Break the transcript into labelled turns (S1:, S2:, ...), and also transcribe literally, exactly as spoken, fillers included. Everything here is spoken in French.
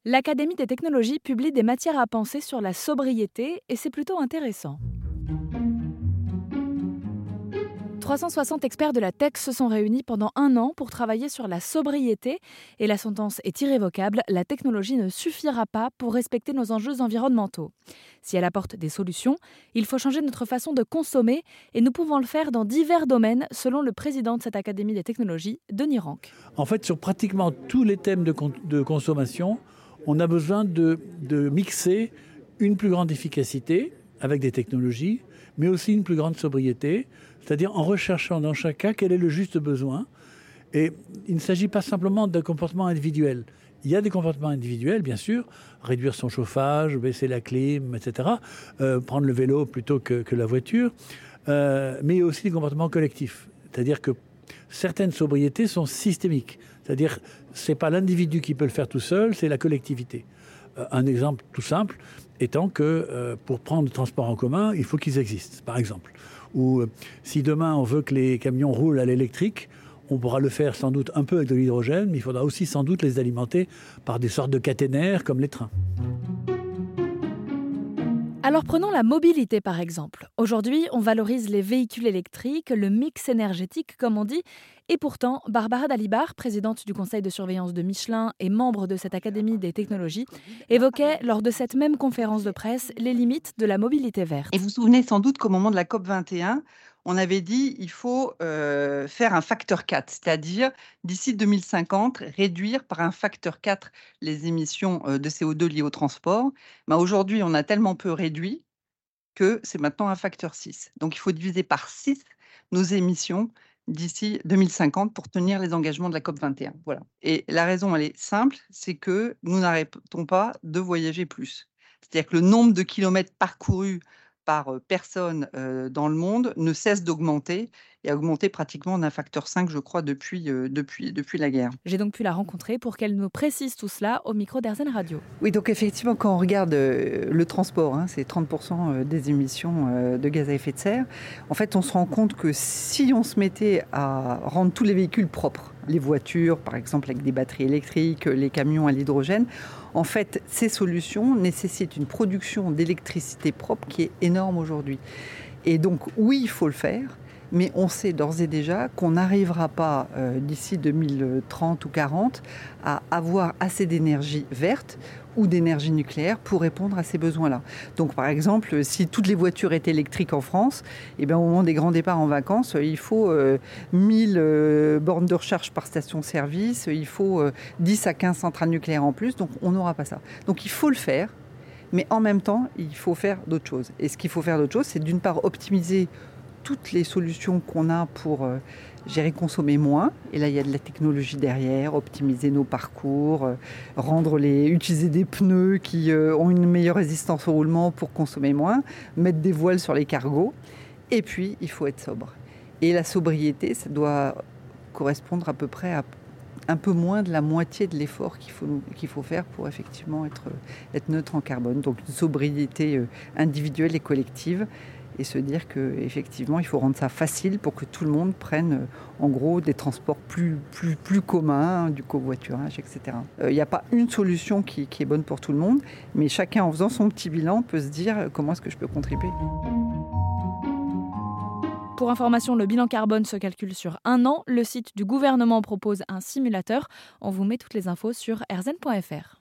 S1: L'Académie des technologies publie des matières à penser sur la sobriété et c'est plutôt intéressant. trois cent soixante experts de la tech se sont réunis pendant un an pour travailler sur la sobriété et la sentence est irrévocable, la technologie ne suffira pas pour respecter nos enjeux environnementaux. Si elle apporte des solutions, il faut changer notre façon de consommer et nous pouvons le faire dans divers domaines selon le président de cette Académie des technologies, Denis Rank.
S2: En fait, sur pratiquement tous les thèmes de, con- de consommation, on a besoin de, de mixer une plus grande efficacité avec des technologies, mais aussi une plus grande sobriété, c'est-à-dire en recherchant dans chaque cas quel est le juste besoin. Et il ne s'agit pas simplement d'un comportement individuel. Il y a des comportements individuels, bien sûr, réduire son chauffage, baisser la clim, et cetera, euh, prendre le vélo plutôt que, que la voiture, euh, mais il y a aussi des comportements collectifs. C'est-à-dire que certaines sobriétés sont systémiques. C'est-à-dire ce n'est pas l'individu qui peut le faire tout seul, c'est la collectivité. Euh, un exemple tout simple étant que euh, pour prendre le transport en commun, il faut qu'ils existent, par exemple. Ou euh, si demain on veut que les camions roulent à l'électrique, on pourra le faire sans doute un peu avec de l'hydrogène, mais il faudra aussi sans doute les alimenter par des sortes de caténaires comme les trains.
S1: Alors prenons la mobilité par exemple. Aujourd'hui, on valorise les véhicules électriques, le mix énergétique comme on dit. Et pourtant, Barbara Dalibard, présidente du conseil de surveillance de Michelin et membre de cette Académie des technologies, évoquait lors de cette même conférence de presse les limites de la mobilité verte.
S3: Et vous vous souvenez sans doute qu'au moment de la COP vingt et un, on avait dit il faut euh, faire un facteur quatre, c'est-à-dire d'ici deux mille cinquante, réduire par un facteur quatre les émissions euh, de C O deux liées au transport. Mais aujourd'hui, on a tellement peu réduit que c'est maintenant un facteur six. Donc il faut diviser par six nos émissions d'ici deux mille cinquante pour tenir les engagements de la COP vingt et un. Voilà. Et la raison, elle est simple, c'est que nous n'arrêtons pas de voyager plus. C'est-à-dire que le nombre de kilomètres parcourus par euh, personne euh, dans le monde ne cesse d'augmenter et a augmenté pratiquement d'un facteur cinq, je crois, depuis, euh, depuis, depuis la guerre.
S1: J'ai donc pu la rencontrer pour qu'elle nous précise tout cela au micro d'Airzen Radio.
S3: Oui, donc effectivement, quand on regarde euh, le transport, hein, c'est trente pour cent des émissions euh, de gaz à effet de serre, en fait, on se rend compte que si on se mettait à rendre tous les véhicules propres, les voitures, par exemple, avec des batteries électriques, les camions à l'hydrogène, en fait, ces solutions nécessitent une production d'électricité propre qui est énorme aujourd'hui. Et donc, oui, il faut le faire. Mais on sait d'ores et déjà qu'on n'arrivera pas euh, d'ici deux mille trente ou quarante à avoir assez d'énergie verte ou d'énergie nucléaire pour répondre à ces besoins-là. Donc par exemple, si toutes les voitures étaient électriques en France, eh bien, au moment des grands départs en vacances, il faut euh, mille euh, bornes de recharge par station-service, il faut euh, dix à quinze centrales nucléaires en plus, donc on n'aura pas ça. Donc il faut le faire, mais en même temps, il faut faire d'autres choses. Et ce qu'il faut faire d'autres choses, c'est d'une part optimiser toutes les solutions qu'on a pour euh, gérer, consommer moins. Et là, il y a de la technologie derrière, optimiser nos parcours, euh, rendre les, utiliser des pneus qui euh, ont une meilleure résistance au roulement pour consommer moins, mettre des voiles sur les cargos. Et puis, il faut être sobre. Et la sobriété, ça doit correspondre à peu près à un peu moins de la moitié de l'effort qu'il faut, qu'il faut faire pour effectivement être, être neutre en carbone. Donc, une sobriété euh, individuelle et collective. Et se dire qu'effectivement, il faut rendre ça facile pour que tout le monde prenne, en gros, des transports plus, plus, plus communs, du covoiturage, et cetera. Il euh, n'y a pas une solution qui, qui est bonne pour tout le monde, mais chacun, en faisant son petit bilan, peut se dire comment est-ce que je peux contribuer.
S1: Pour information, le bilan carbone se calcule sur un an. Le site du gouvernement propose un simulateur. On vous met toutes les infos sur airzen point f r.